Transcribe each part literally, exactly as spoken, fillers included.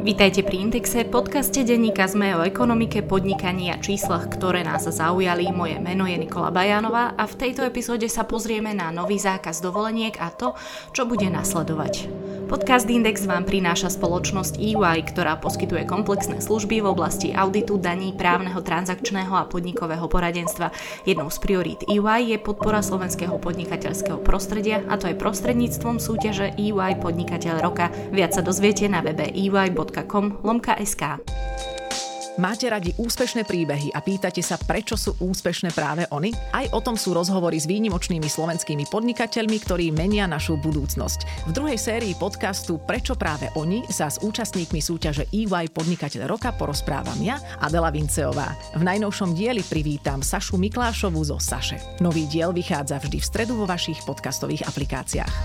Vítajte pri Indexe, podcaste denníka es em e o ekonomike, podnikaní a číslach, ktoré nás zaujali. Moje meno je Nikola Bajánová a v tejto epizóde sa pozrieme na nový zákaz dovoleniek a to, čo bude nasledovať. Podcast Index vám prináša spoločnosť é vaj, ktorá poskytuje komplexné služby v oblasti auditu, daní, právneho, transakčného a podnikového poradenstva. Jednou z priorít é vaj je podpora slovenského podnikateľského prostredia, a to aj prostredníctvom súťaže é vaj Podnikateľ roka. Viac sa dozviete na webe e y bodka com lomka es ká. Máte radi úspešné príbehy a pýtate sa, prečo sú úspešné práve oni? Aj o tom sú rozhovory s výnimočnými slovenskými podnikateľmi, ktorí menia našu budúcnosť. V druhej sérii podcastu Prečo práve oni sa s účastníkmi súťaže é vaj Podnikateľ roka porozprávam ja, Adela Vinceová. V najnovšom dieli privítam Sašu Miklášovú zo Saše. Nový diel vychádza vždy v stredu vo vašich podcastových aplikáciách.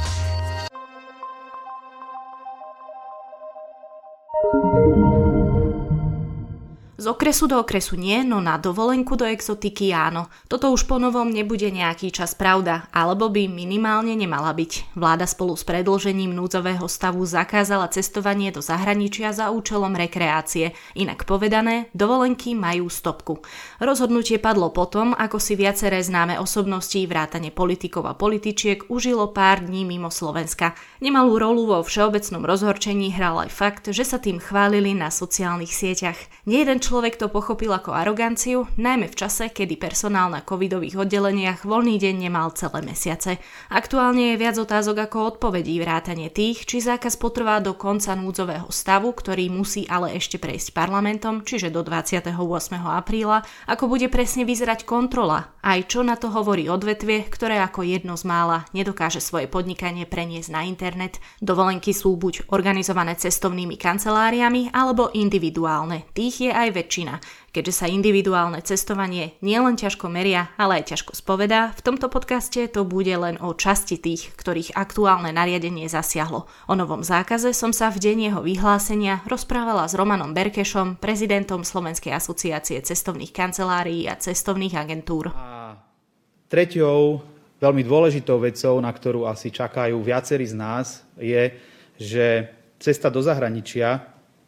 Z okresu do okresu nie, no na dovolenku do exotiky áno. Toto už po novom nebude nejaký čas pravda, alebo by minimálne nemala byť. Vláda spolu s predĺžením núdzového stavu zakázala cestovanie do zahraničia za účelom rekreácie. Inak povedané, dovolenky majú stopku. Rozhodnutie padlo potom, ako si viaceré známe osobnosti, vrátane politikov a političiek, užilo pár dní mimo Slovenska. Nemalú rolu vo všeobecnom rozhorčení hral aj fakt, že sa tým chválili na sociálnych sieťach. Nejeden človek to pochopil ako aroganciu, najmä v čase, kedy personál na covidových oddeleniach voľný deň nemal celé mesiace. Aktuálne je viac otázok ako odpovedí, vrátane tých, či zákaz potrvá do konca núdzového stavu, ktorý musí ale ešte prejsť parlamentom, čiže do dvadsiateho ôsmeho apríla, ako bude presne vyzerať kontrola, aj čo na to hovorí odvetvie, ktoré ako jedno z mála nedokáže svoje podnikanie preniesť na internet. Dovolenky sú buď organizované cestovnými kanceláriami, alebo individuálne. Tých je aj väčšina. Keďže sa individuálne cestovanie nielen ťažko meria, ale aj ťažko spovedá, v tomto podcaste to bude len o časti tých, ktorých aktuálne nariadenie zasiahlo. O novom zákaze som sa v deň jeho vyhlásenia rozprávala s Romanom Berkešom, prezidentom Slovenskej asociácie cestovných kancelárií a cestovných agentúr. A treťou veľmi dôležitou vecou, na ktorú asi čakajú viacerí z nás, je, že cesta do zahraničia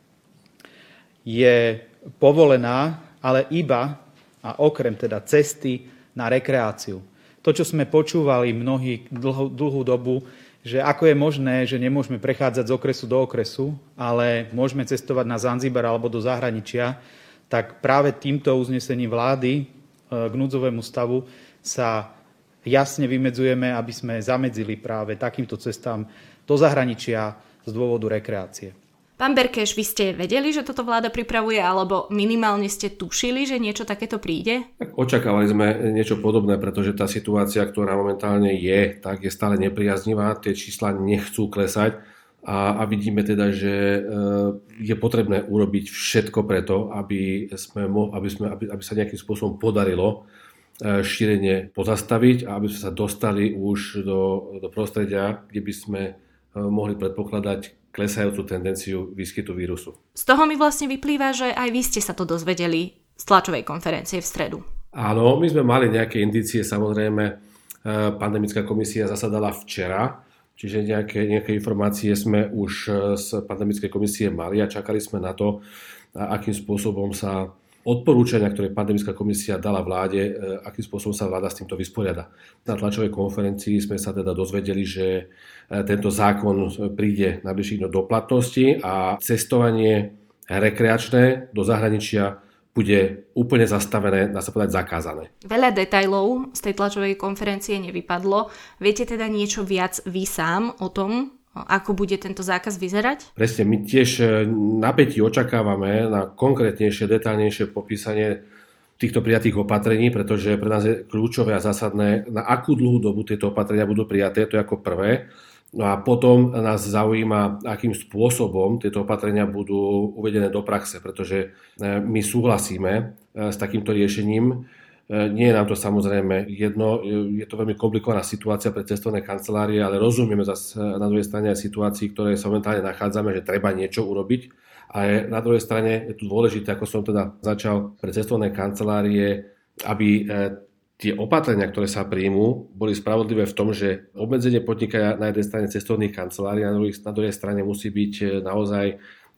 je povolená, ale iba a okrem teda cesty na rekreáciu. To, čo sme počúvali mnohí dlhú, dlhú dobu, že ako je možné, že nemôžeme prechádzať z okresu do okresu, ale môžeme cestovať na Zanzibar alebo do zahraničia, tak práve týmto uznesením vlády k núdzovému stavu sa jasne vymedzujeme, aby sme zamedzili práve takýmto cestám do zahraničia z dôvodu rekreácie. Pán Berkeš, vy ste vedeli, že toto vláda pripravuje, alebo minimálne ste tušili, že niečo takéto príde? Tak očakávali sme niečo podobné, pretože tá situácia, ktorá momentálne je, tak je stále nepriaznivá, tie čísla nechcú klesať a, a vidíme teda, že e, je potrebné urobiť všetko preto, aby, sme, aby, sme, aby, aby sa nejakým spôsobom podarilo e, šírenie pozastaviť a aby sme sa dostali už do, do prostredia, kde by sme e, mohli predpokladať klesajúcu tendenciu výskytu vírusu. Z toho mi vlastne vyplýva, že aj vy ste sa to dozvedeli z tlačovej konferencie v stredu. Áno, my sme mali nejaké indície, samozrejme, pandemická komisia zasadala včera, čiže nejaké, nejaké informácie sme už z pandemickej komisie mali a čakali sme na to, akým spôsobom sa odporúčania, ktoré pandemická komisia dala vláde, akým spôsobom sa vláda s týmto vysporiada. Na tlačovej konferencii sme sa teda dozvedeli, že tento zákon príde najbližšie do platnosti a cestovanie rekreačné do zahraničia bude úplne zastavené, dá sa povedať zakázané. Veľa detailov z tej tlačovej konferencie nevypadlo. Viete teda niečo viac vy sám o tom, ako bude tento zákaz vyzerať? Presne, my tiež napätí očakávame na konkrétnejšie, detailnejšie popísanie týchto prijatých opatrení, pretože pre nás je kľúčové a zásadné, na akú dlhú dobu tieto opatrenia budú prijaté, to je ako prvé. No a potom nás zaujíma, akým spôsobom tieto opatrenia budú uvedené do praxe, pretože my súhlasíme s takýmto riešením. Nie je nám to samozrejme jedno, je to veľmi komplikovaná situácia pre cestovné kancelárie, ale rozumieme zase na druhej strane aj situácii, ktoré sa momentálne nachádzame, že treba niečo urobiť. Ale na druhej strane je tu dôležité, ako som teda začal pre cestovné kancelárie, aby tie opatrenia, ktoré sa príjmú, boli spravodlivé v tom, že obmedzenie podnikania na jednej strane cestovných kancelárií, a na druhej strane musí byť naozaj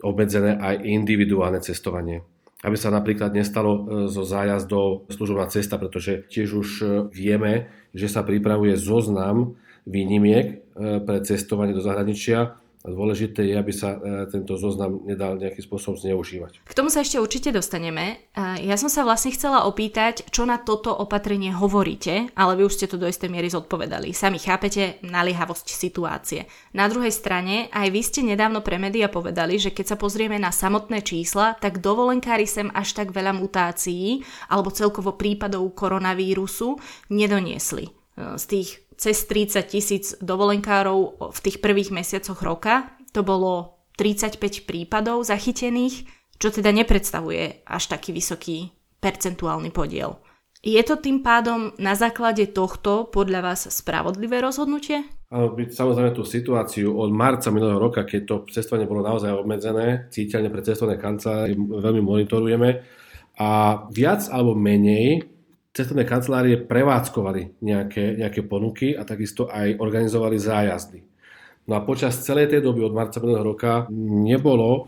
obmedzené aj individuálne cestovanie. Aby sa napríklad nestalo zo zájazdov služobná cesta, pretože tiež už vieme, že sa pripravuje zoznam výnimiek pre cestovanie do zahraničia. Dôležité je, aby sa tento zoznam nedal nejakým spôsobom zneužívať. K tomu sa ešte určite dostaneme. Ja som sa vlastne chcela opýtať, čo na toto opatrenie hovoríte, ale vy už ste to do istej miery zodpovedali. Sami chápete naliehavosť situácie. Na druhej strane, aj vy ste nedávno pre médiá povedali, že keď sa pozrieme na samotné čísla, tak dovolenkári sem až tak veľa mutácií alebo celkovo prípadov koronavírusu nedoniesli. Z tých cez tridsať tisíc dovolenkárov v tých prvých mesiacoch roka to bolo tridsaťpäť prípadov zachytených, čo teda nepredstavuje až taký vysoký percentuálny podiel. Je to tým pádom na základe tohto podľa vás spravodlivé rozhodnutie? Samozrejme tú situáciu od marca minulého roka, keď to cestovanie bolo naozaj obmedzené, citeľne pre cestovné kancelárie veľmi monitorujeme a viac alebo menej cestovné kancelárie prevádzkovali nejaké, nejaké ponuky a takisto aj organizovali zájazdy. No a počas celej tej doby od marca minulého roka nebolo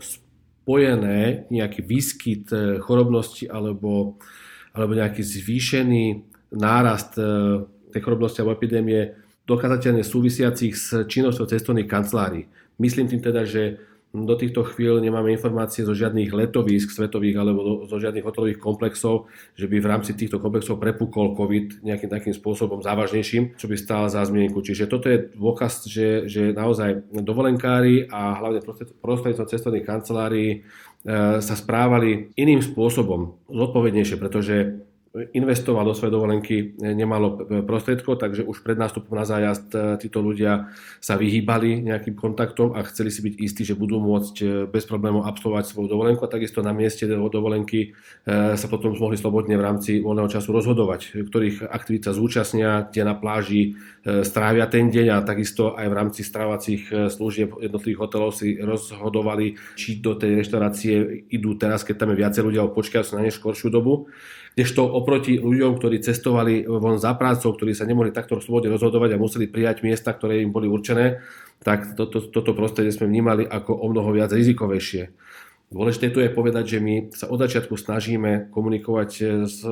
spojené nejaký výskyt chorobnosti alebo, alebo nejaký zvýšený nárast tej chorobnosti alebo epidémie dokázateľne súvisiacich s činnosťou cestovných kancelárií. Myslím tým teda, že do týchto chvíľ nemáme informácie zo žiadnych letovísk svetových alebo zo žiadnych hotelových komplexov, že by v rámci týchto komplexov prepukol COVID nejakým takým spôsobom závažnejším, čo by stálo za zmienku. Čiže toto je dôkaz, že, že naozaj dovolenkári a hlavne prostredníctvom cestovných kancelárií e, sa správali iným spôsobom, zodpovednejšie, pretože investoval do svojej dovolenky nemalo prostriedkov, takže už pred nástupom na zájazd títo ľudia sa vyhýbali nejakým kontaktom a chceli si byť istí, že budú môcť bez problémov absolvovať svoju dovolenku a takisto na mieste dovolenky sa potom mohli slobodne v rámci voľného času rozhodovať, ktorých aktivít sa zúčastnia, kde na pláži strávia ten deň a takisto aj v rámci stravovacích služieb jednotlivých hotelov si rozhodovali, či do tej reštaurácie idú teraz, keď tam je viacej ľudia, počkajú sa na neskôršiu dobu. Kdežto oproti ľuďom, ktorí cestovali von za prácou, ktorí sa nemohli takto slobodne rozhodovať a museli prijať miesta, ktoré im boli určené, tak toto, toto prostredie sme vnímali ako o mnoho viac rizikovejšie. Dôležité tu je povedať, že my sa od začiatku snažíme komunikovať s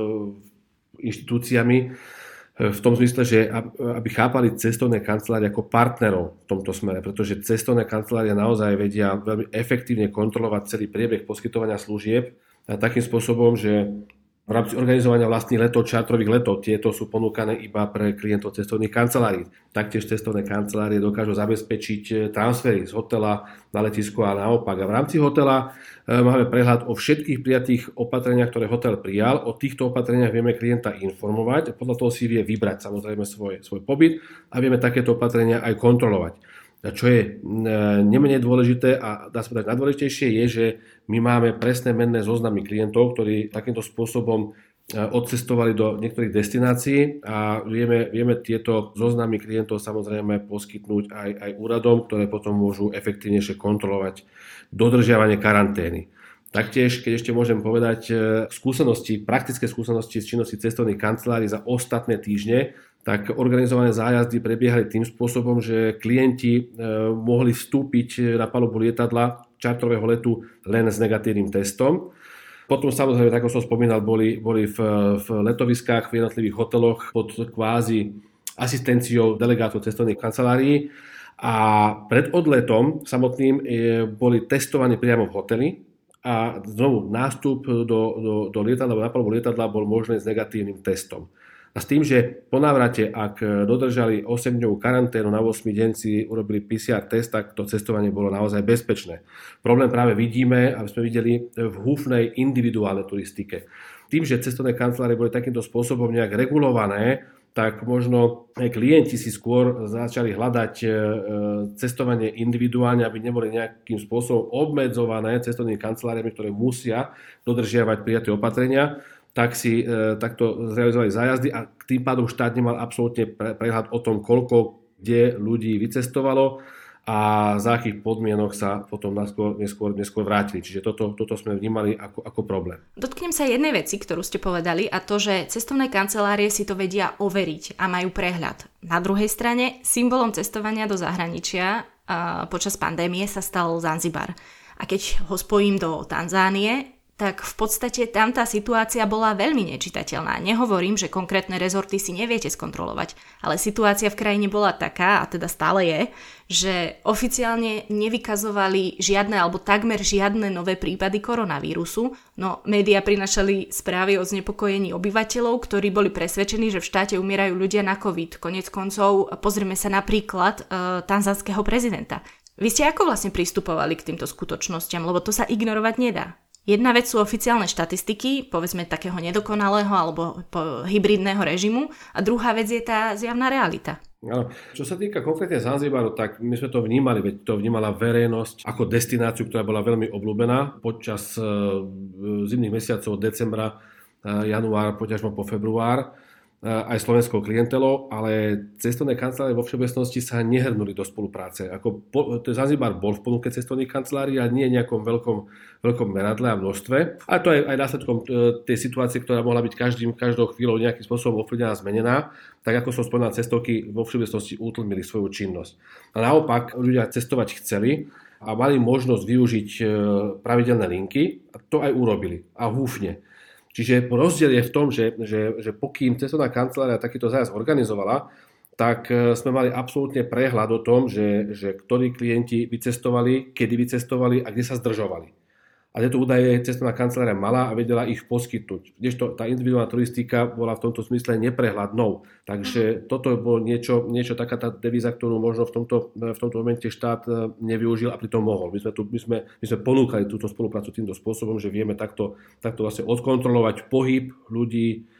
inštitúciami v tom zmysle, že aby chápali cestovné kancelárie ako partnerov v tomto smere, pretože cestovné kancelárie naozaj vedia veľmi efektívne kontrolovať celý priebeh poskytovania služieb a takým spôsobom, že v rámci organizovania vlastných letov, čartrových letov, tieto sú ponúkané iba pre klientov cestovných kancelárií. Taktiež cestovné kancelárie dokážu zabezpečiť transfery z hotela na letisko a naopak. A v rámci hotela e, máme prehľad o všetkých prijatých opatreniach, ktoré hotel prijal. O týchto opatreniach vieme klienta informovať a podľa toho si vie vybrať samozrejme svoj, svoj pobyt a vieme takéto opatrenia aj kontrolovať. A čo je nemenej dôležité a dá sa povedať najdôležitejšie je, že my máme presné menné zoznamy klientov, ktorí takýmto spôsobom odcestovali do niektorých destinácií a vieme, vieme tieto zoznamy klientov samozrejme poskytnúť aj, aj úradom, ktoré potom môžu efektívnejšie kontrolovať dodržiavanie karantény. Taktiež, keď ešte môžem povedať skúsenosti, praktické skúsenosti z činnosti cestovných kancelárií za ostatné týždne, tak organizované zájazdy prebiehali tým spôsobom, že klienti e, mohli vstúpiť na palubu lietadla čartrového letu len s negatívnym testom. Potom samozrejme, ako som spomínal, boli, boli v, v letoviskách, v jednotlivých hoteloch pod kvázi asistenciou delegátov cestovných kancelárií a pred odletom samotným e, boli testovaní priamo v hoteli a znovu nástup do, do, do lietadla, na palubu lietadla bol možný s negatívnym testom. A s tým, že po návrate, ak dodržali osemdňovú karanténu, na ôsmy deň si urobili pé cé er test, tak to cestovanie bolo naozaj bezpečné. Problém práve vidíme, aby sme videli v húfnej individuálnej turistike. Tým, že cestovné kancelárie boli takýmto spôsobom nejak regulované, tak možno klienti si skôr začali hľadať cestovanie individuálne, aby neboli nejakým spôsobom obmedzované cestovnými kanceláriami, ktoré musia dodržiavať prijaté opatrenia, tak si e, takto zrealizovali zájazdy a tým pádom štát nemal absolútne pre, prehľad o tom, koľko kde ľudí vycestovalo a za akých podmienok sa potom neskôr, neskôr, neskôr vrátili. Čiže toto, toto sme vnímali ako, ako problém. Dotknem sa jednej veci, ktorú ste povedali, a to, že cestovné kancelárie si to vedia overiť a majú prehľad. Na druhej strane, symbolom cestovania do zahraničia a počas pandémie sa stal Zanzibar. A keď ho spojím do Tanzánie, tak v podstate tam tá situácia bola veľmi nečitateľná. Nehovorím, že konkrétne rezorty si neviete skontrolovať, ale situácia v krajine bola taká, a teda stále je, že oficiálne nevykazovali žiadne alebo takmer žiadne nové prípady koronavírusu, no médiá prinašali správy o znepokojení obyvateľov, ktorí boli presvedčení, že v štáte umierajú ľudia na COVID. Koniec koncov pozrieme sa napríklad e, tanzánskeho prezidenta. Vy ste ako vlastne pristupovali k týmto skutočnostiam, lebo to sa ignorovať nedá? Jedna vec sú oficiálne štatistiky, povedzme takého nedokonalého alebo hybridného režimu, a druhá vec je tá zjavná realita. Áno. Čo sa týka konkrétne Zanzibaru, tak my sme to vnímali, veď to vnímala verejnosť ako destináciu, ktorá bola veľmi obľúbená počas zimných mesiacov decembra, január, poťažmo po február, aj slovenskou klientelou, ale cestovné kancelárie vo všeobecnosti sa nehrnuli do spolupráce. Ako po, Zanzibar bol v ponuke cestovných kancelárií, ale nie v nejakom veľkom, veľkom meradle a množstve. A to je aj následkom tej situácie, ktorá mohla byť každým, každou chvíľou nejakým spôsobom ovplyvnená a zmenená. Tak ako som spomínal, cestovky vo všeobecnosti utlmili svoju činnosť. A naopak ľudia cestovať chceli a mali možnosť využiť pravidelné linky, a to aj urobili. A húfne. Čiže rozdiel je v tom, že, že, že pokým cestovná kancelária takýto zájazd organizovala, tak sme mali absolútne prehľad o tom, že, že ktorí klienti vycestovali, kedy vycestovali a kde sa zdržovali. A tieto údaje cestovná kancelária mala a vedela ich poskytnúť. Kdežto tá individuálna turistika bola v tomto smysle neprehľadnou. Takže toto bolo niečo, niečo taká tá devíza, ktorú možno v tomto, v tomto momente štát nevyužil a pritom mohol. My sme, tu, my sme, my sme ponúkali túto spoluprácu týmto spôsobom, že vieme takto, takto vlastne odkontrolovať pohyb ľudí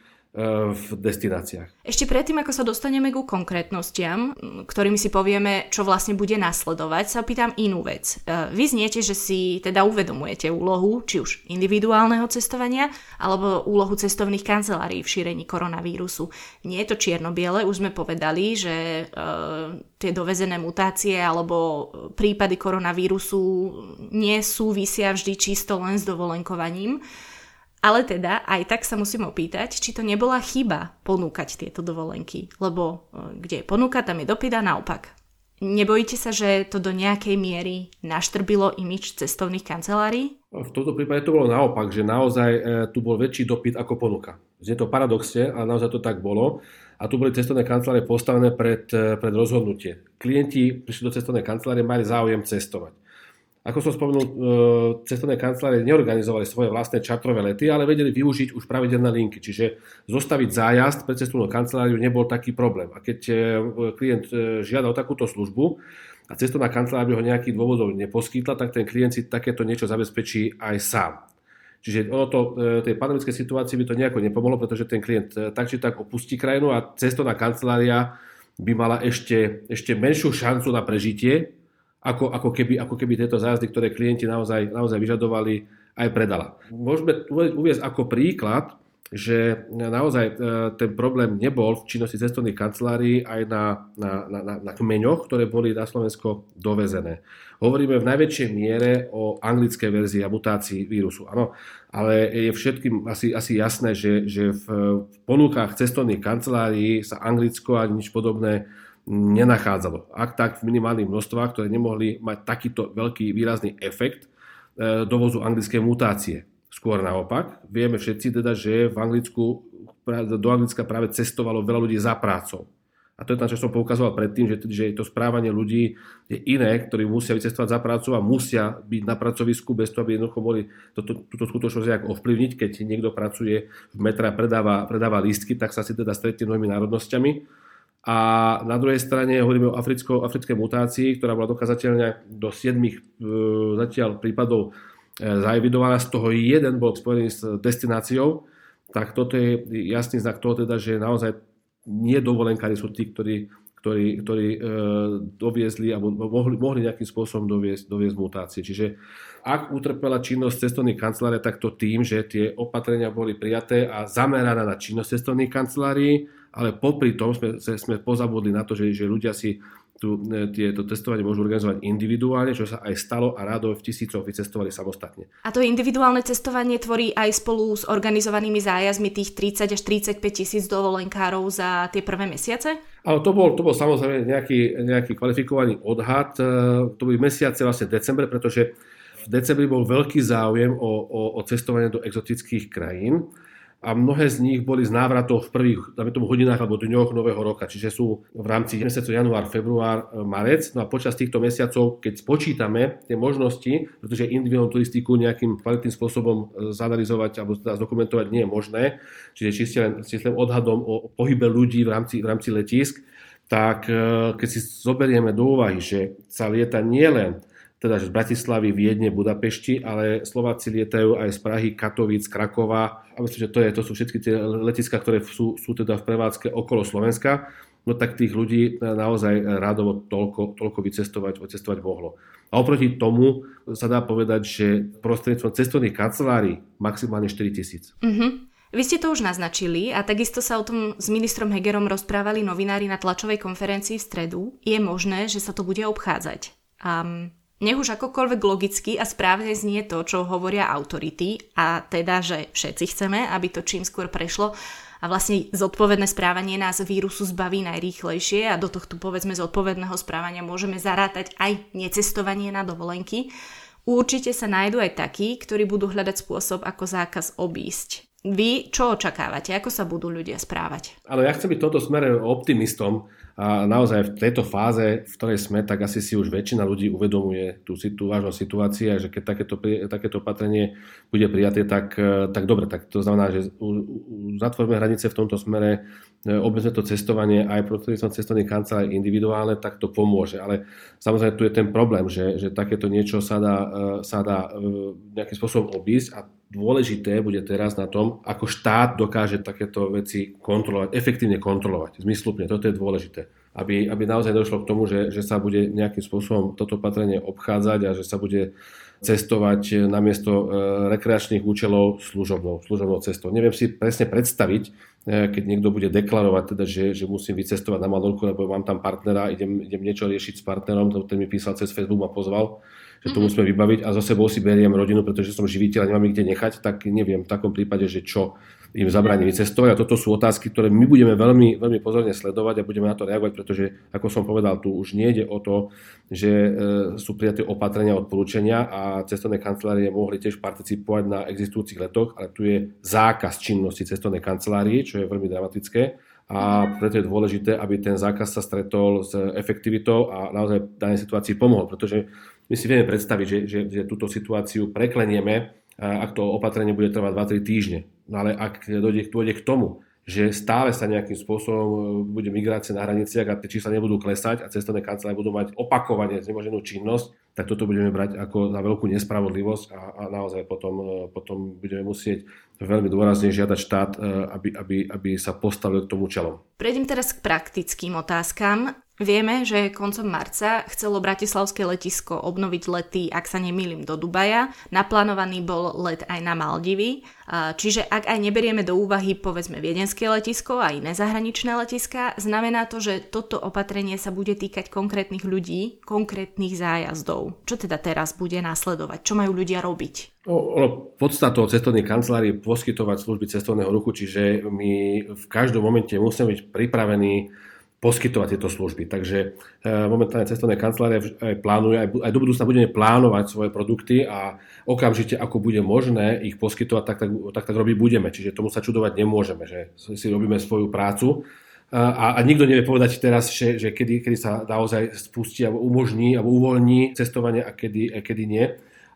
v destináciách. Ešte predtým, ako sa dostaneme ku konkrétnostiam, ktorými si povieme, čo vlastne bude nasledovať, sa opýtam inú vec. Vy zniete, že si teda uvedomujete úlohu, či už individuálneho cestovania, alebo úlohu cestovných kancelárií v šírení koronavírusu. Nie je to čierno-biele, už sme povedali, že e, tie dovezené mutácie alebo prípady koronavírusu nie súvisia vždy čisto len s dovolenkovaním. Ale teda aj tak sa musím opýtať, či to nebola chyba ponúkať tieto dovolenky, lebo kde je ponuka, tam je dopyt a naopak. Nebojíte sa, že to do nejakej miery naštrbilo imidž cestovných kancelárií? V tomto prípade to bolo naopak, že naozaj e, tu bol väčší dopyt ako ponuka. Je to paradoxne, ale naozaj to tak bolo. A tu boli cestovné kancelárie postavené pred, pred rozhodnutie. Klienti prišli do cestovnej kancelárie, mali záujem cestovať. Ako som spomenul, cestovné kancelárie neorganizovali svoje vlastné čartrové lety, ale vedeli využiť už pravidelné linky. Čiže zostaviť zájazd pre cestovnú kanceláriu nebol taký problém. A keď klient žiada o takúto službu a cestovná kancelária by ho nejakých dôvodov neposkytla, tak ten klient si takéto niečo zabezpečí aj sám. Čiže ono to, tej pandemickej situácii by to nejako nepomohlo, pretože ten klient tak či tak opustí krajinu a cestovná kancelária by mala ešte, ešte menšiu šancu na prežitie, Ako, ako, keby, ako keby tieto zájazdy, ktoré klienti naozaj, naozaj vyžadovali, aj predala. Môžeme uviesť ako príklad, že naozaj ten problém nebol v činnosti cestovných kancelárií aj na, na, na, na kmeňoch, ktoré boli na Slovensko dovezené. Hovoríme v najväčšej miere o anglickej verzii a mutácii vírusu. Áno, ale je všetkým asi, asi jasné, že, že v ponukách cestovných kancelárií sa Anglicko a nič podobné nenachádzalo. Ak tak v minimálnych množstvách, ktoré nemohli mať takýto veľký výrazný efekt e, dovozu anglickej mutácie. Skôr naopak, vieme všetci teda, že v Anglicku, do Anglicka práve cestovalo veľa ľudí za prácou. A to je tam, čo som poukazoval predtým, že, že to správanie ľudí je iné, ktorí musia vycestovať za prácu a musia byť na pracovisku bez toho, aby jednoducho mohli toto, túto skutočnosť nejak ovplyvniť. Keď niekto pracuje v metre a predáva, predáva lístky, tak sa si teda stretne mnohými národnosťami. A na druhej strane hovoríme o africko, africkej mutácii, ktorá bola dokázateľne do siedmich e, zatiaľ prípadov e, zaevidovaná, z toho jeden bol spojený s destináciou, tak toto je jasný znak toho, teda, že naozaj nie dovolenkári sú tí, ktorí, ktorí, ktorí e, doviezli alebo mohli, mohli nejakým spôsobom doviezť, doviezť mutácie. Čiže ak utrpela činnosť cestovných kancelárií, tak to tým, že tie opatrenia boli prijaté a zamerané na činnosť cestovných kancelárií, ale popri tom sme, sme pozabudli na to, že, že ľudia si tu, tieto testovanie môžu organizovať individuálne, čo sa aj stalo a rádo v tisícoch vycestovali samostatne. A to individuálne cestovanie tvorí aj spolu s organizovanými zájazdmi tých tridsať až tridsaťpäť tisíc dovolenkárov za tie prvé mesiace? Ale to bol, to bol samozrejme nejaký, nejaký kvalifikovaný odhad. To boli mesiace vlastne decembre, pretože v decembri bol veľký záujem o, o, o cestovanie do exotických krajín a mnohé z nich boli z návratov v prvých, dáme tomu, hodinách alebo dňoch nového roka, čiže sú v rámci mesiacov január, február, marec. No a počas týchto mesiacov, keď spočítame tie možnosti, pretože individuálnu turistiku nejakým kvalitným spôsobom zanalizovať alebo zdokumentovať nie je možné, čiže čiste len, čiste len odhadom o pohybe ľudí v rámci, v rámci letísk, tak keď si zoberieme do úvahy, že sa lieta nielen teda z Bratislavy, Viedne, Budapešti, ale Slováci lietajú aj z Prahy, Katovíc, Krakova. A myslím, že to, je, to sú všetky tie letiská, ktoré sú, sú teda v prevádzke okolo Slovenska. No tak tých ľudí naozaj rádovo toľko, toľko vycestovať, vycestovať mohlo. A oproti tomu sa dá povedať, že prostredníctvom cestovných kancelárií maximálne štyri tisíc. Mhm. Vy ste to už naznačili a takisto sa o tom s ministrom Hegerom rozprávali novinári na tlačovej konferencii v stredu. Je možné, že sa to bude obchádzať. Um... Nech už akokoľvek logicky a správne znie to, čo hovoria autority, a teda, že všetci chceme, aby to čím skôr prešlo a vlastne zodpovedné správanie nás vírusu zbaví najrýchlejšie a do tohto, povedzme, zodpovedného správania môžeme zarátať aj necestovanie na dovolenky. Určite sa nájdú aj takí, ktorí budú hľadať spôsob, ako zákaz obísť. Vy čo očakávate? Ako sa budú ľudia správať? Ale ja chcem byť v tomto smere optimistom a naozaj v tejto fáze, v ktorej sme, tak asi si už väčšina ľudí uvedomuje tú, tú vážnosť situácie a že keď takéto, takéto opatrenie bude prijaté, tak, tak dobre. Tak to znamená, že zatvoríme hranice v tomto smere, obmedzme to cestovanie aj prostredníctvom cestovných kancelárií individuálne, tak to pomôže. Ale samozrejme tu je ten problém, že, že takéto niečo sa dá, sa dá nejakým spôsobom obísť a dôležité bude teraz na tom, ako štát dokáže takéto veci kontrolovať, efektívne kontrolovať, zmysluplne. Toto je dôležité. Aby, aby naozaj došlo k tomu, že, že sa bude nejakým spôsobom toto opatrenie obchádzať a že sa bude cestovať namiesto e, rekreačných účelov služobnou, služobnou cestou. Neviem si presne predstaviť, e, keď niekto bude deklarovať, teda, že, že musím vycestovať na Malorku, lebo mám tam partnera, idem, idem niečo riešiť s partnerom, ten mi písal cez Facebook, ma pozval, že to musíme vybaviť a zo sebou si beriem rodinu, pretože som živiteľ a nemám ich kde nechať, tak neviem v takom prípade, že čo im zabráni vycestovať. A toto sú otázky, ktoré my budeme veľmi, veľmi pozorne sledovať a budeme na to reagovať, pretože, ako som povedal, tu už nejde o to, že e, sú prijaté opatrenia a odporúčania a cestovné kancelárie mohli tiež participovať na existujúcich letoch, ale tu je zákaz činnosti cestovnej kancelárie, čo je veľmi dramatické. A preto je dôležité, aby ten zákaz sa stretol s efektivitou a naozaj v danej situácii pomohol, pretože my si vieme predstaviť, že, že, že túto situáciu preklenieme, ak to opatrenie bude trvať dva tri týždne. No ale ak dojde, dojde k tomu, že stále sa nejakým spôsobom bude migrácia na hraniciach a tie čísla nebudú klesať a cestovné kancelárie budú mať opakovane znemožnenú činnosť, tak toto budeme brať ako za veľkú nespravodlivosť a, a naozaj potom, potom budeme musieť veľmi dôrazne žiadať štát, aby, aby, aby sa postavil k tomu čelom. Prejdem teraz k praktickým otázkam. Vieme, že koncom marca chcelo bratislavské letisko obnoviť lety, ak sa nemýlim, do Dubaja. Naplánovaný bol let aj na Maldivy. Čiže ak aj neberieme do úvahy, povedzme, viedenské letisko a iné zahraničné letiska, znamená to, že toto opatrenie sa bude týkať konkrétnych ľudí, konkrétnych zájazdov. Čo teda teraz bude následovať? Čo majú ľudia robiť? No, podstatou cestovných kancelárií je poskytovať služby cestovného ruchu, čiže my v každom momente musíme byť pripravení poskytovať tieto služby. Takže e, momentálne cestovné kancelárie aj plánujú, aj, aj do budúcna budeme plánovať svoje produkty a okamžite, ako bude možné ich poskytovať, tak tak, tak, tak robiť budeme. Čiže tomu sa čudovať nemôžeme, že si robíme svoju prácu. A, a nikto nevie povedať teraz, že, že kedy, kedy sa naozaj spustí alebo umožní alebo uvoľní cestovanie a kedy, a kedy nie.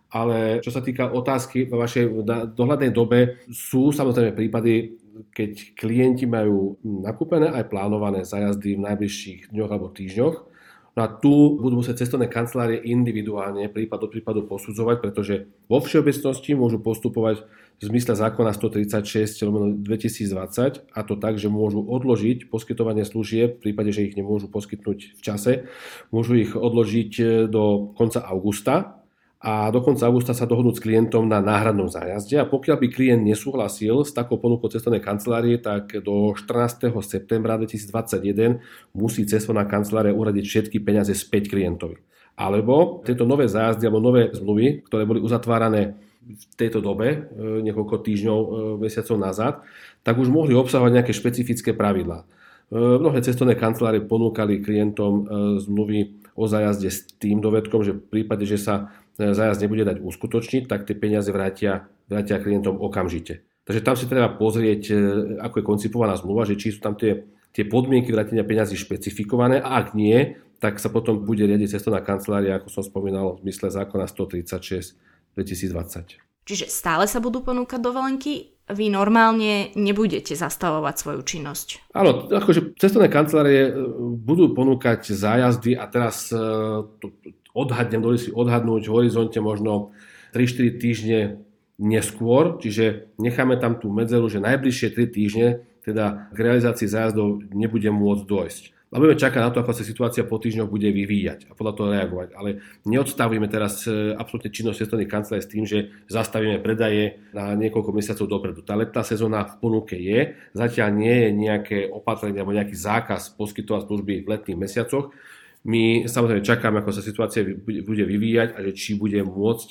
Ale čo sa týka otázky vo vašej dohľadnej dobe, sú samozrejme prípady, keď klienti majú nakúpené aj plánované zájazdy v najbližších dňoch alebo týždňoch. No a tu budú musieť cestovné kancelárie individuálne prípad od prípadu posudzovať, pretože vo všeobecnosti môžu postupovať v zmysle zákona stotridsaťšesť lomeno dvetisícdvadsať a to tak, že môžu odložiť poskytovanie služieb v prípade, že ich nemôžu poskytnúť v čase. Môžu ich odložiť do konca augusta a do konca augusta sa dohodnúť s klientom na náhradnom zájazde a pokiaľ by klient nesúhlasil s takou ponukou cestovnej kancelárie, tak do štrnásteho septembra dvetisícdvadsaťjeden musí cestovná kancelária uradiť všetky peniaze späť klientovi. Alebo tieto nové zájazdy alebo nové zmluvy, ktoré boli uzatvárané v tejto dobe, niekoľko týždňov, mesiacov nazad, tak už mohli obsahovať nejaké špecifické pravidlá. Mnohé cestovné kancelárie ponúkali klientom zmluvy o zájazde s tým dovedkom, že v prípade, že sa zájazd nebude dať uskutočniť, tak tie peniaze vrátia, vrátia klientom okamžite. Takže tam si treba pozrieť, ako je koncipovaná zmluva, že či sú tam tie, tie podmienky vrátenia peniazí špecifikované a ak nie, tak sa potom bude riadiť cestovná kancelária, ako som spomínal, v zmysle zákona stotridsaťšesť dvetisícdvadsať. Čiže stále sa budú ponúkať dovolenky? Vy normálne nebudete zastavovať svoju činnosť? Áno, akože cestovné kancelárie budú ponúkať zájazdy a teraz odhadnem, dovolím si odhadnúť v horizonte možno tri štyri týždne neskôr, čiže necháme tam tú medzeru, že najbližšie tri týždne teda k realizácii zájazdov nebude môcť dojsť. A budeme čakať na to, ako sa situácia po týždňoch bude vyvíjať a podľa toho reagovať. Ale neodstavíme teraz absolútne činnosť cestovných kancelárií s tým, že zastavíme predaje na niekoľko mesiacov dopredu. Tá letná sezóna v ponuke je, zatiaľ nie je nejaké opatrenie alebo nejaký zákaz poskytovať služby v letných mesiacoch. My samozrejme čakáme, ako sa situácia bude vyvíjať a že či bude môcť,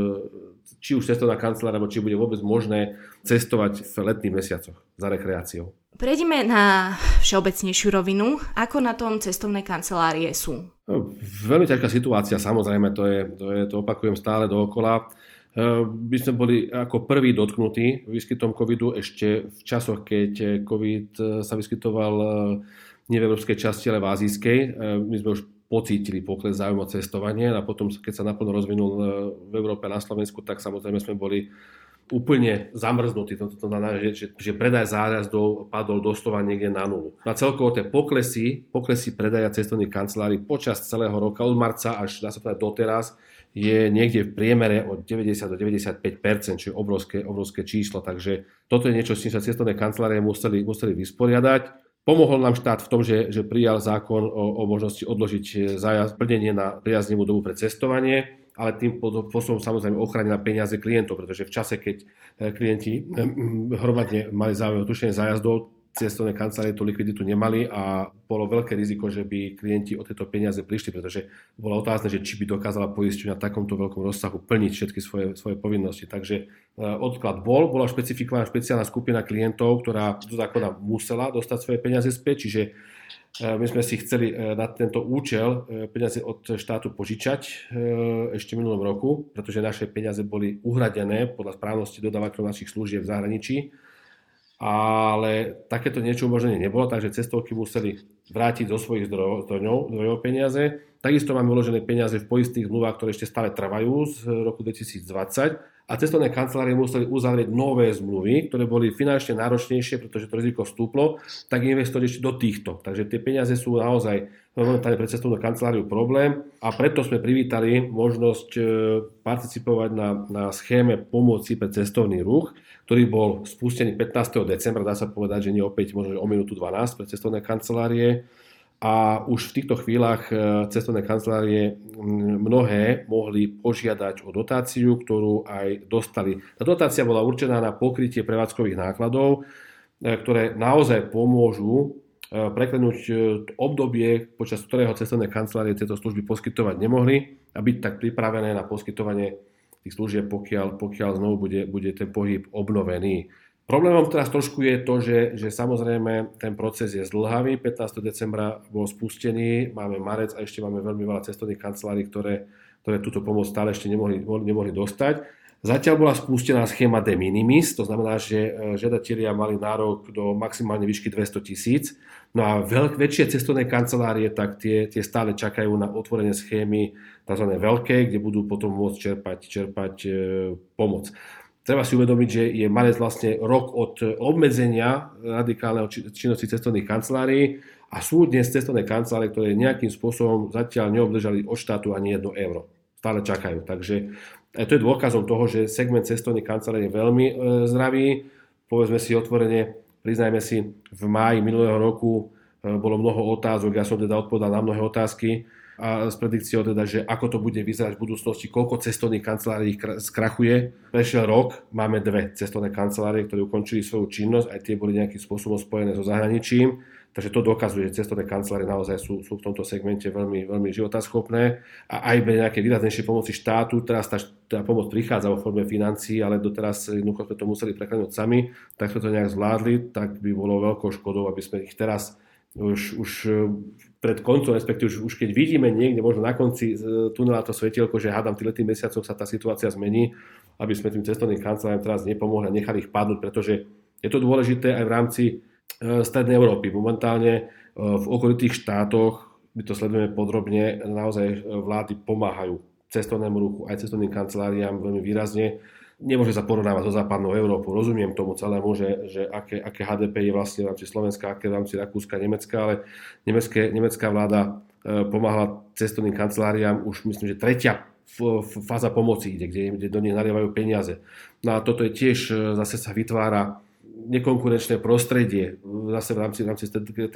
či už cestovná kancelária, alebo či bude vôbec možné cestovať v letných mesiacoch za rekreáciou. Prejdime na všeobecnejšiu rovinu. Ako na tom cestovné kancelárie sú? Veľmi ťažká situácia, samozrejme, to je, to je, to opakujem stále dookola. My sme boli ako prví dotknutí výskytom covidu ešte v časoch, keď covid sa vyskytoval nie v európskej časti, ale v azijskej. My sme už pocítili pokles záujmu o cestovanie a potom, keď sa naplno rozvinul v Európe a na Slovensku, tak samozrejme sme boli úplne zamrznutí. To, to znamená, že, že predaj zájazdov padol doslova niekde na nulu. Na celkovo tie poklesy, poklesy predaja cestovných kancelárií počas celého roka, od marca až dá sa povedať doteraz, je niekde v priemere od deväťdesiat do deväťdesiatpäť percent, čo je obrovské, obrovské číslo. Takže toto je niečo, s čím sa cestovné kancelárie museli, museli vysporiadať. Pomohol nám štát v tom, že, že prijal zákon o, o možnosti odložiť zájazd, plnenie na priaznivú dobu pre cestovanie, ale tým spôsobom samozrejme ochránila peniaze klientov, pretože v čase, keď klienti hromadne mali záujem o tušenie zájazdov, cestovné kancelárie tú likviditu nemali a bolo veľké riziko, že by klienti o tieto peniaze prišli, pretože bolo otázne, že či by dokázala poisťovňa na takomto veľkom rozsahu plniť všetky svoje, svoje povinnosti. Takže odklad bol, bola špecifikovaná špeciálna skupina klientov, ktorá do zákona musela dostať svoje peniaze späť, čiže my sme si chceli na tento účel peniaze od štátu požičať ešte v minulom roku, pretože naše peniaze boli uhradené podľa správnosti dodávateľov našich služieb v zahraničí, ale takéto niečo umožnenie nebolo, takže cestovky museli vrátiť zo svojich zdrojov, zdrojov peniaze. Takisto máme uložené peniaze v poistných zmluvách, ktoré ešte stále trvajú z roku dvetisícdvadsať a cestovné kancelárie museli uzavrieť nové zmluvy, ktoré boli finančne náročnejšie, pretože to riziko stúplo, tak investovali ešte do týchto. Takže tie peniaze sú naozaj momentálne pre cestovnú kanceláriu problém a preto sme privítali možnosť participovať na, na schéme pomoci pre cestovný ruch, ktorý bol spustený pätnásteho decembra, dá sa povedať, že nie opäť možno o minútu dvanásť pre cestovné kancelárie. A už v týchto chvíľach cestovné kancelárie mnohé mohli požiadať o dotáciu, ktorú aj dostali. Tá dotácia bola určená na pokrytie prevádzkových nákladov, ktoré naozaj pomôžu preklenúť obdobie, počas ktorého cestovné kancelárie tieto služby poskytovať nemohli a byť tak pripravené na poskytovanie tých služieb, pokiaľ, pokiaľ znovu bude, bude ten pohyb obnovený. Problémom teraz trošku je to, že, že samozrejme ten proces je zdĺhavý. pätnásteho decembra bol spustený, máme marec a ešte máme veľmi veľa cestovných kancelárií, ktoré, ktoré túto pomoc stále ešte nemohli, nemohli dostať. Zatiaľ bola spustená schéma de minimis, to znamená, že žiadatelia mali nárok do maximálne výšky dvesto tisíc. No a veľk, väčšie cestovné kancelárie, tak tie, tie stále čakajú na otvorenie schémy tzv. Veľké, kde budú potom môcť čerpať, čerpať e, pomoc. Treba si uvedomiť, že je marec vlastne rok od obmedzenia radikálneho činnosti cestovných kancelárií a sú dnes cestovné kancelárie, ktoré nejakým spôsobom zatiaľ neobdržali od štátu ani jedno euro. Stále čakajú. Takže to je dôkazom toho, že segment cestovných kancelárií je veľmi e, zdravý. Povedzme si otvorene, priznajme si, v máji minulého roku e, bolo mnoho otázok, ja som teda odpovedal na mnohé otázky a s predikciou teda, že ako to bude vyzerať v budúcnosti, koľko cestovných kancelárií skrachuje. Prešiel rok, máme dve cestovné kancelárie, ktoré ukončili svoju činnosť, aj tie boli nejakým spôsobom spojené so zahraničím, takže to dokazuje, že cestovné kancelárie naozaj sú, sú v tomto segmente veľmi, veľmi životaschopné a aj bez nejakej výraznejšej pomoci štátu, teraz tá, tá pomoc prichádza vo forme financií, ale doteraz jednoducho sme to museli preklenúť sami, tak sme to nejak zvládli, tak by bolo veľkou škodou, aby sme ich teraz už, už pred koncom, respektíve už, už keď vidíme niekde, možno na konci tunela to svetielko, že hádam v letných mesiacoch sa tá situácia zmení, aby sme tým cestovným kanceláriám teraz nepomohli a nechali ich padnúť, pretože je to dôležité aj v rámci Strednej Európy. Momentálne v okolitých štátoch, my to sledujeme podrobne, naozaj vlády pomáhajú cestovnému ruchu aj cestovným kanceláriám veľmi výrazne. Nemôže sa porovnávať so západnou Európou. Rozumiem tomu celému, že, že aké, aké há dé pé je vlastne v rámci Slovenska, aké v rámci Rakúska, Nemecka, ale nemecké, nemecká vláda e, pomáhala cestovným kanceláriám už myslím, že tretia f, f, fáza pomoci ide, kde, kde do nich nalievajú peniaze. No a toto je tiež, e, zase sa vytvára nekonkurenčné prostredie zase v rámci, v rámci,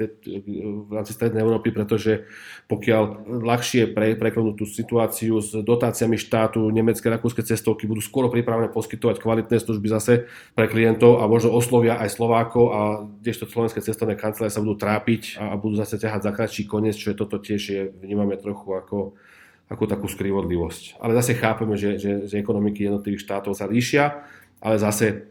v rámci Strednej Európy, pretože pokiaľ ľahšie pre, preklonú tú situáciu s dotáciami štátu, nemecké, rakúske cestovky budú skoro pripravené poskytovať kvalitné služby zase pre klientov a možno oslovia aj Slovákov a kdežto slovenské cestovné kancelárie sa budú trápiť a, a budú zase ťahať za kratší koniec, čo je toto tiež je, vnímame trochu ako, ako takú skrivodlivosť. Ale zase chápeme, že, že, že ekonomiky jednotlivých štátov sa líšia, ale zase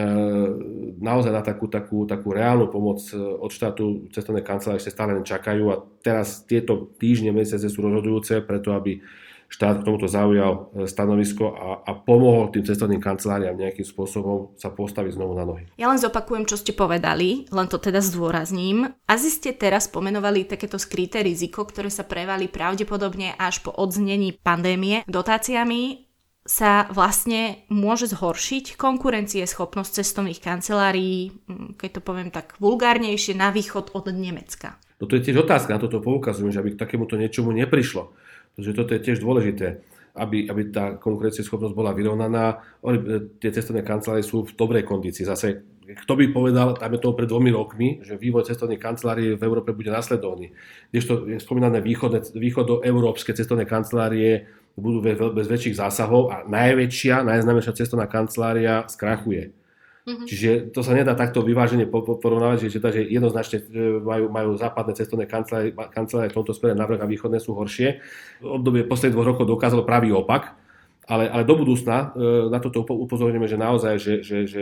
naozaj na takú, takú, takú reálnu pomoc od štátu cestovné kancelárie ešte stále čakajú a teraz tieto týždne, mesiace sú rozhodujúce preto, aby štát k tomuto zaujal stanovisko a, a pomohol tým cestovným kanceláriám nejakým spôsobom sa postaviť znovu na nohy. Ja len zopakujem, čo ste povedali, len to teda zdôrazním. Asi ste teraz pomenovali takéto skryté riziko, ktoré sa prevalí pravdepodobne až po odznení pandémie dotáciami. Sa vlastne môže zhoršiť konkurencieschopnosť cestovných kancelárií, keď to poviem tak vulgárnejšie, na východ od Nemecka. No to je tiež otázka, na toto poukazujem, že aby k takémuto niečomu neprišlo. Pretože toto je tiež dôležité, aby, aby tá konkurencieschopnosť bola vyrovnaná. Tie cestovné kancelárie sú v dobrej kondícii. Zase, kto by povedal, dáme toho pred dvomi rokmi, že vývoj cestovných kancelárií v Európe bude nasledovný. Kdežto spomínané východné, východoeurópske cestovné kancelárie budú bez väčších zásahov a najväčšia, najznámejšia cestovná kancelária skrachuje. Mm-hmm. Čiže to sa nedá takto vyvážene porovnávať, že, že jednoznačne majú, majú západné cestovné kancelárie, kancelárie v tomto smere navrh a východné sú horšie. Obdobie posledných dvoch rokov dokázalo pravý opak, ale, ale do budúcna na toto upozorňujeme, že naozaj, že, že, že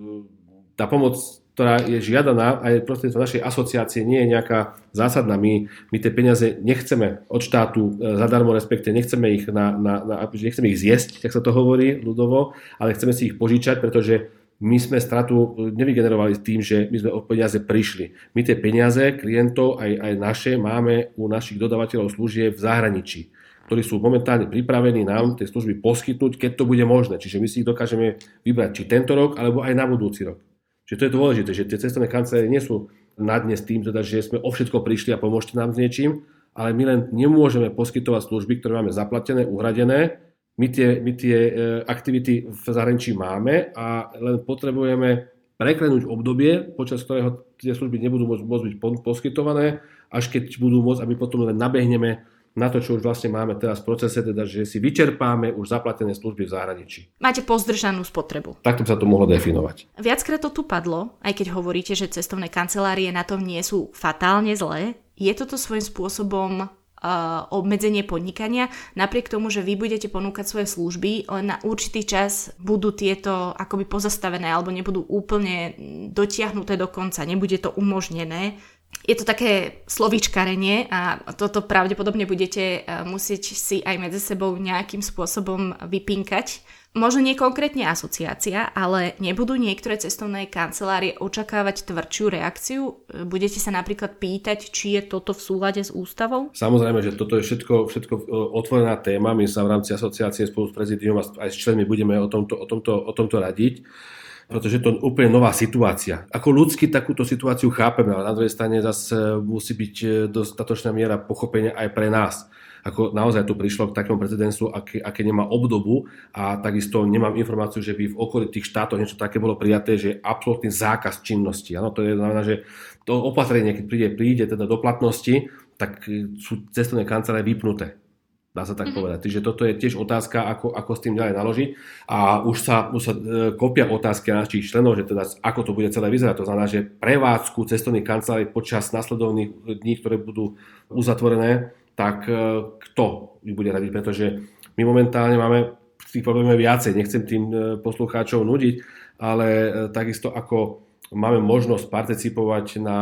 tá pomoc, ktorá je žiadaná aj prostredníctvom našej asociácie, nie je nejaká zásadná. My, my tie peniaze nechceme od štátu zadarmo, respektive nechceme ich, na, na, na, nechceme ich zjesť, jak sa to hovorí ľudovo, ale chceme si ich požičať, pretože my sme stratu nevygenerovali tým, že my sme o peniaze prišli. My tie peniaze klientov, aj, aj naše, máme u našich dodávateľov služieb v zahraničí, ktorí sú momentálne pripravení nám tie služby poskytnúť, keď to bude možné. Čiže my si ich dokážeme vybrať či tento rok, alebo aj na budúci rok. Čiže to je dôležité, že tie cestovné kancelárie nie sú na dnes tým, teda, že sme o všetko prišli a pomôžte nám s niečím, ale my len nemôžeme poskytovať služby, ktoré máme zaplatené, uhradené. My tie, my tie aktivity v zahraničí máme a len potrebujeme preklenúť obdobie, počas ktorého tie služby nebudú môcť, môcť byť poskytované, až keď budú môcť, aby potom len nabehneme na to, čo už vlastne máme teraz v procese, teda, že si vyčerpáme už zaplatené služby v zahraničí. Máte pozdržanú spotrebu. Takto by sa to mohlo definovať. Viackrát to tu padlo, aj keď hovoríte, že cestovné kancelárie na tom nie sú fatálne zlé. Je toto svojím spôsobom uh, obmedzenie podnikania, napriek tomu, že vy budete ponúkať svoje služby, len na určitý čas budú tieto akoby pozastavené alebo nebudú úplne dotiahnuté do konca, nebude to umožnené. Je to také slovíčkarenie a toto pravdepodobne budete musieť si aj medzi sebou nejakým spôsobom vypinkať. Možno nie konkrétne asociácia, ale nebudú niektoré cestovné kancelárie očakávať tvrdšiu reakciu? Budete sa napríklad pýtať, či je toto v súlade s ústavou? Samozrejme, že toto je všetko, všetko otvorená téma. My sa v rámci asociácie spolu s prezidium a aj s členmi budeme o tomto, o tomto, o tomto radiť, pretože to je úplne nová situácia. Ako ľudsky takúto situáciu chápeme, ale na druhej strane zase musí byť dostatočná miera pochopenia aj pre nás. Ako naozaj tu prišlo k takému precedensu, aké, aké nemá obdobu a takisto nemám informáciu, že by v okolitých štátoch niečo také bolo prijaté, že je absolútny zákaz činnosti. Ano, to je znamená, že to opatrenie, keď príde, príde teda do platnosti, tak sú cestovné kancelárie vypnuté. Dá sa tak mm-hmm. povedať. Čiže toto je tiež otázka, ako, ako s tým ďalej naložiť. A už sa, už sa e, kopia otázky našich členov, že teda ako to bude celé vyzerať. To znamená, že prevádzku cestovných kancelárií počas nasledovných dní, ktoré budú uzatvorené, tak e, kto ich bude radiť? Pretože my momentálne máme tých problémov viacej. Nechcem tým e, poslucháčov nudiť, ale e, takisto ako máme možnosť participovať na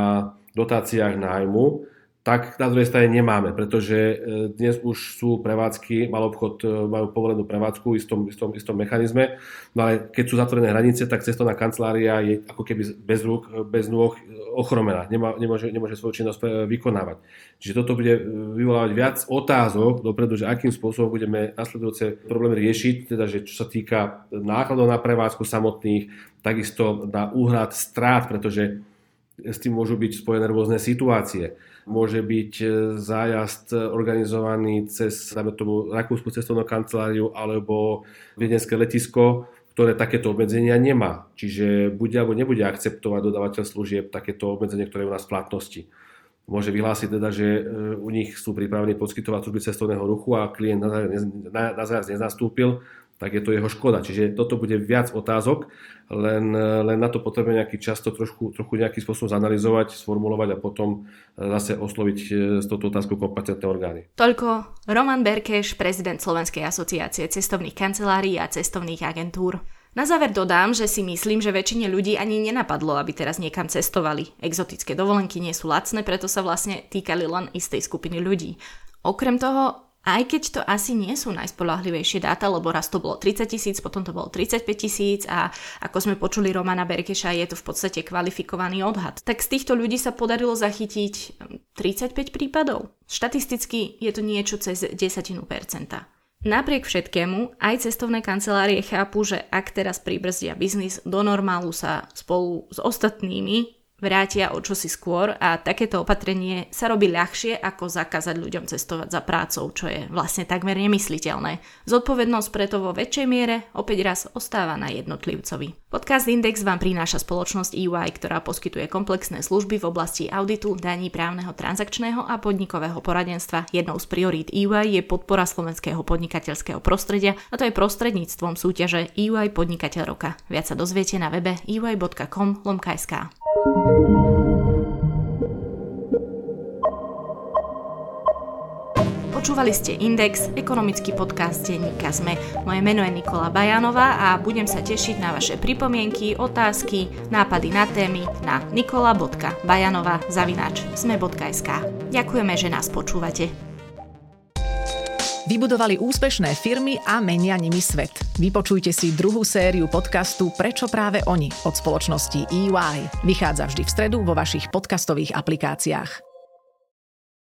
dotáciách nájmu, tak na druhej strane nemáme, pretože dnes už sú prevádzky, malobchod majú povolenú prevádzku v istom, istom, istom mechanizme, no ale keď sú zatvorené hranice, tak cestovná kancelária je ako keby bez rúk, bez nôh ochromená, Nemá, nemôže, nemôže svoju činnosť vykonávať. Čiže toto bude vyvolávať viac otázok dopredu, že akým spôsobom budeme nasledujúce problémy riešiť, teda že čo sa týka nákladov na prevádzku samotných, takisto na úhrad strát, pretože s tým môžu byť spojené rôzne situácie. Môže byť zájazd organizovaný cez, dajme tomu, rakúsku cestovnú kanceláriu alebo viedenské letisko, ktoré takéto obmedzenia nemá. Čiže bude alebo nebude akceptovať dodávateľ služieb takéto obmedzenie, ktoré je u nás v platnosti. Môže vyhlásiť teda, že u nich sú pripravení poskytovať služby cestovného ruchu a klient na zájazd nenastúpil, tak je to jeho škoda. Čiže toto bude viac otázok, len, len na to potrebujeme nejaký čas to trošku, trochu nejakým spôsobom zanalizovať, sformulovať a potom zase osloviť s touto otázkou kompetentné orgány. Toľko Roman Berkeš, prezident Slovenskej asociácie cestovných kancelárií a cestovných agentúr. Na záver dodám, že si myslím, že väčšine ľudí ani nenapadlo, aby teraz niekam cestovali. Exotické dovolenky nie sú lacné, preto sa vlastne týkali len istej skupiny ľudí. Okrem toho, aj keď to asi nie sú najspoľahlivejšie dáta, lebo raz to bolo tridsať tisíc, potom to bolo tridsaťpäť tisíc a ako sme počuli Romana Berkeša, je to v podstate kvalifikovaný odhad. Tak z týchto ľudí sa podarilo zachytiť tridsaťpäť prípadov. Štatisticky je to niečo cez desatinu percenta. Napriek všetkému, aj cestovné kancelárie chápu, že ak teraz pribrzdia biznis, do normálu sa spolu s ostatnými vrátia o čosi skôr a takéto opatrenie sa robí ľahšie ako zakázať ľuďom cestovať za prácou, čo je vlastne takmer nemysliteľné. Zodpovednosť preto vo väčšej miere opäť raz ostáva na jednotlivcovi. Podcast Index vám prináša spoločnosť é vaj, ktorá poskytuje komplexné služby v oblasti auditu, daní, právneho, transakčného a podnikového poradenstva. Jednou z priorít é vaj je podpora slovenského podnikateľského prostredia, a to je prostredníctvom súťaže é vaj Podnikateľ roka. Viac sa dozviete na webe e y bodka com lomka es ká. Počúvali ste Index, ekonomický podcast denníka es em e. Moje meno je Nikola Bajanová a budem sa tešiť na vaše pripomienky, otázky, nápady na témy na nikola bodka bajanova zavináč es em e bodka es ká. Ďakujeme, že nás počúvate. Vybudovali úspešné firmy a menia nimi svet. Vypočujte si druhú sériu podcastu Prečo práve oni od spoločnosti é vaj. Vychádza vždy v stredu vo vašich podcastových aplikáciách.